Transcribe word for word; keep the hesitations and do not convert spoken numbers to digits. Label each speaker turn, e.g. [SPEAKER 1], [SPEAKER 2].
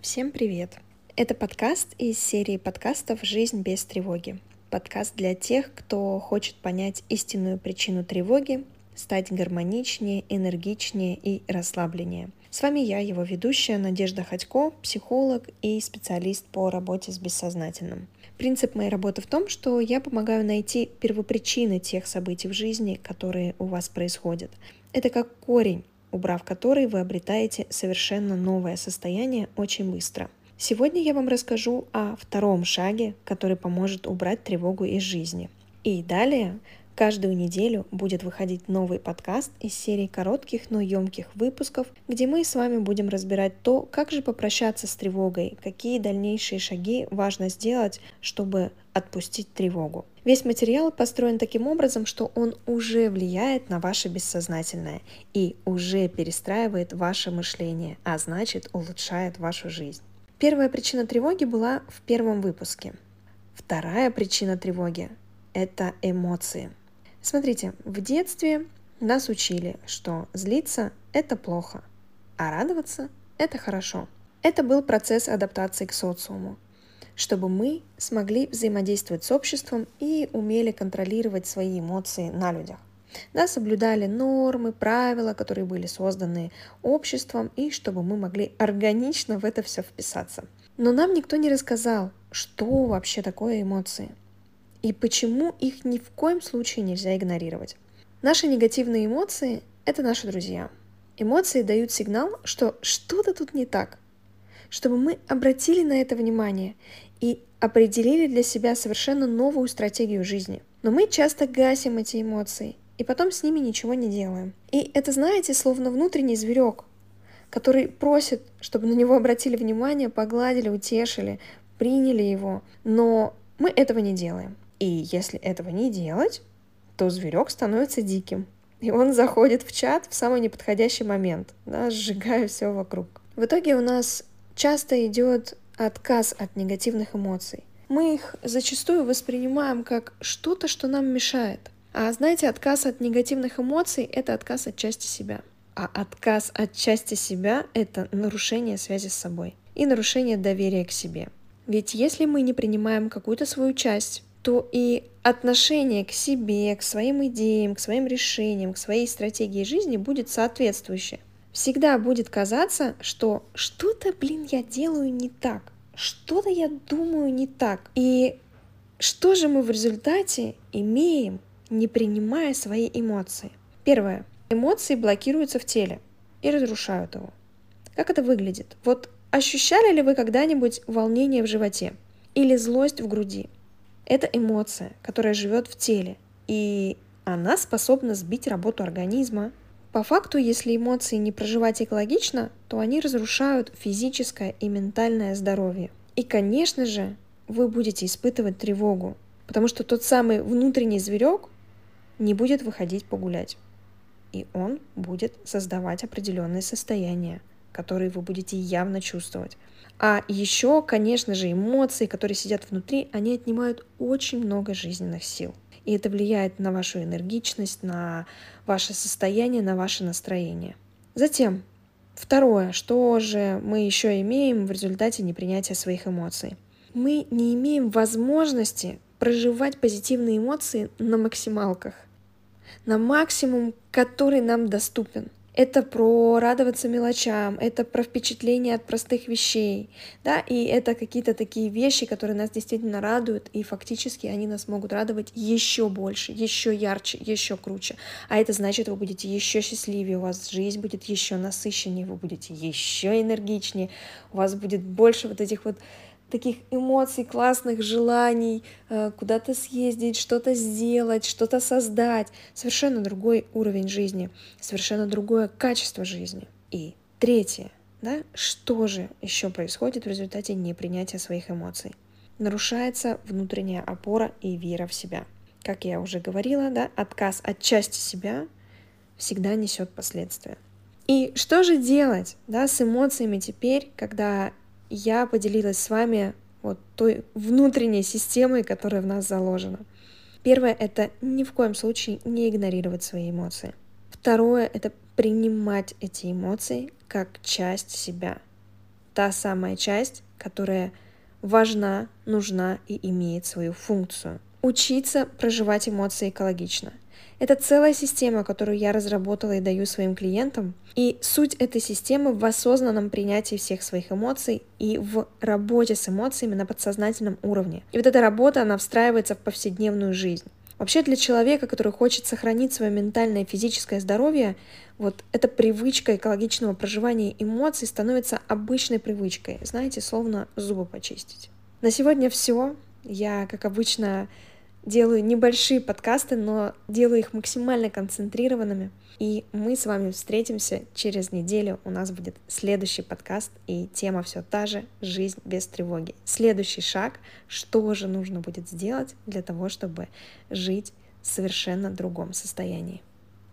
[SPEAKER 1] Всем привет! Это подкаст из серии подкастов «Жизнь без тревоги». Подкаст для тех, кто хочет понять истинную причину тревоги, стать гармоничнее, энергичнее и расслабленнее. С вами я, его ведущая Надежда Ходько, психолог и специалист по работе с бессознательным. Принцип моей работы в том, что я помогаю найти первопричины тех событий в жизни, которые у вас происходят. Это как корень, убрав который вы обретаете совершенно новое состояние очень быстро. Сегодня я вам расскажу о втором шаге, который поможет убрать тревогу из жизни. И далее каждую неделю будет выходить новый подкаст из серии коротких, но емких выпусков, где мы с вами будем разбирать то, как же попрощаться с тревогой, какие дальнейшие шаги важно сделать, чтобы отпустить тревогу. Весь материал построен таким образом, что он уже влияет на ваше бессознательное и уже перестраивает ваше мышление, а значит улучшает вашу жизнь. Первая причина тревоги была в первом выпуске. Вторая причина тревоги – это эмоции. Смотрите, в детстве нас учили, что злиться – это плохо, а радоваться – это хорошо. Это был процесс адаптации к социуму, чтобы мы смогли взаимодействовать с обществом и умели контролировать свои эмоции на людях. Да, соблюдали нормы, правила, которые были созданы обществом, и чтобы мы могли органично в это все вписаться. Но нам никто не рассказал, что вообще такое эмоции и почему их ни в коем случае нельзя игнорировать. Наши негативные эмоции – это наши друзья. Эмоции дают сигнал, что что-то тут не так, чтобы мы обратили на это внимание и определили для себя совершенно новую стратегию жизни. Но мы часто гасим эти эмоции и потом с ними ничего не делаем. И это, знаете, словно внутренний зверек, который просит, чтобы на него обратили внимание, погладили, утешили, приняли его, но мы этого не делаем. И если этого не делать, то зверек становится диким. И он заходит в чат в самый неподходящий момент, да, сжигая все вокруг. В итоге у нас часто идет отказ от негативных эмоций. Мы их зачастую воспринимаем как что-то, что нам мешает. А знаете, отказ от негативных эмоций – это отказ от части себя. А отказ от части себя – это нарушение связи с собой и нарушение доверия к себе. Ведь если мы не принимаем какую-то свою часть, то и отношение к себе, к своим идеям, к своим решениям, к своей стратегии жизни будет соответствующее. Всегда будет казаться, что что-то, блин, я делаю не так, что-то я думаю не так. И что же мы в результате имеем, не принимая свои эмоции? Первое. Эмоции блокируются в теле и разрушают его. Как это выглядит? Вот ощущали ли вы когда-нибудь волнение в животе или злость в груди? Это эмоция, которая живет в теле, и она способна сбить работу организма. По факту, если эмоции не проживать экологично, то они разрушают физическое и ментальное здоровье. И, конечно же, вы будете испытывать тревогу, потому что тот самый внутренний зверек не будет выходить погулять. И он будет создавать определенные состояния, которые вы будете явно чувствовать. А еще, конечно же, эмоции, которые сидят внутри, они отнимают очень много жизненных сил. И это влияет на вашу энергичность, на ваше состояние, на ваше настроение. Затем, второе, что же мы еще имеем в результате непринятия своих эмоций? Мы не имеем возможности проживать позитивные эмоции на максималках, на максимум, который нам доступен. Это про радоваться мелочам, это про впечатления от простых вещей, да, и это какие-то такие вещи, которые нас действительно радуют, и фактически они нас могут радовать еще больше, еще ярче, еще круче. А это значит, вы будете еще счастливее, у вас жизнь будет еще насыщеннее, вы будете еще энергичнее, у вас будет больше вот этих вот таких эмоций, классных желаний, куда-то съездить, что-то сделать, что-то создать. Совершенно другой уровень жизни, совершенно другое качество жизни. И третье, да, что же еще происходит в результате непринятия своих эмоций? Нарушается внутренняя опора и вера в себя. Как я уже говорила, да, отказ от части себя всегда несет последствия. И что же делать, да, с эмоциями теперь, когда я поделилась с вами вот той внутренней системой, которая в нас заложена? Первое – это ни в коем случае не игнорировать свои эмоции. Второе – это принимать эти эмоции как часть себя. та самая часть, которая важна, нужна и имеет свою функцию. Учиться проживать эмоции экологично. Это целая система, которую я разработала и даю своим клиентам. И суть этой системы в осознанном принятии всех своих эмоций и в работе с эмоциями на подсознательном уровне. И вот эта работа, она встраивается в повседневную жизнь. Вообще для человека, который хочет сохранить свое ментальное и физическое здоровье, вот эта привычка экологичного проживания эмоций становится обычной привычкой. Знаете, словно зубы почистить. На сегодня все. Я, как обычно, делаю небольшие подкасты, но делаю их максимально концентрированными. И мы с вами встретимся через неделю. У нас будет следующий подкаст, и тема все та же — жизнь без тревоги. Следующий шаг — что же нужно будет сделать для того, чтобы жить в совершенно другом состоянии.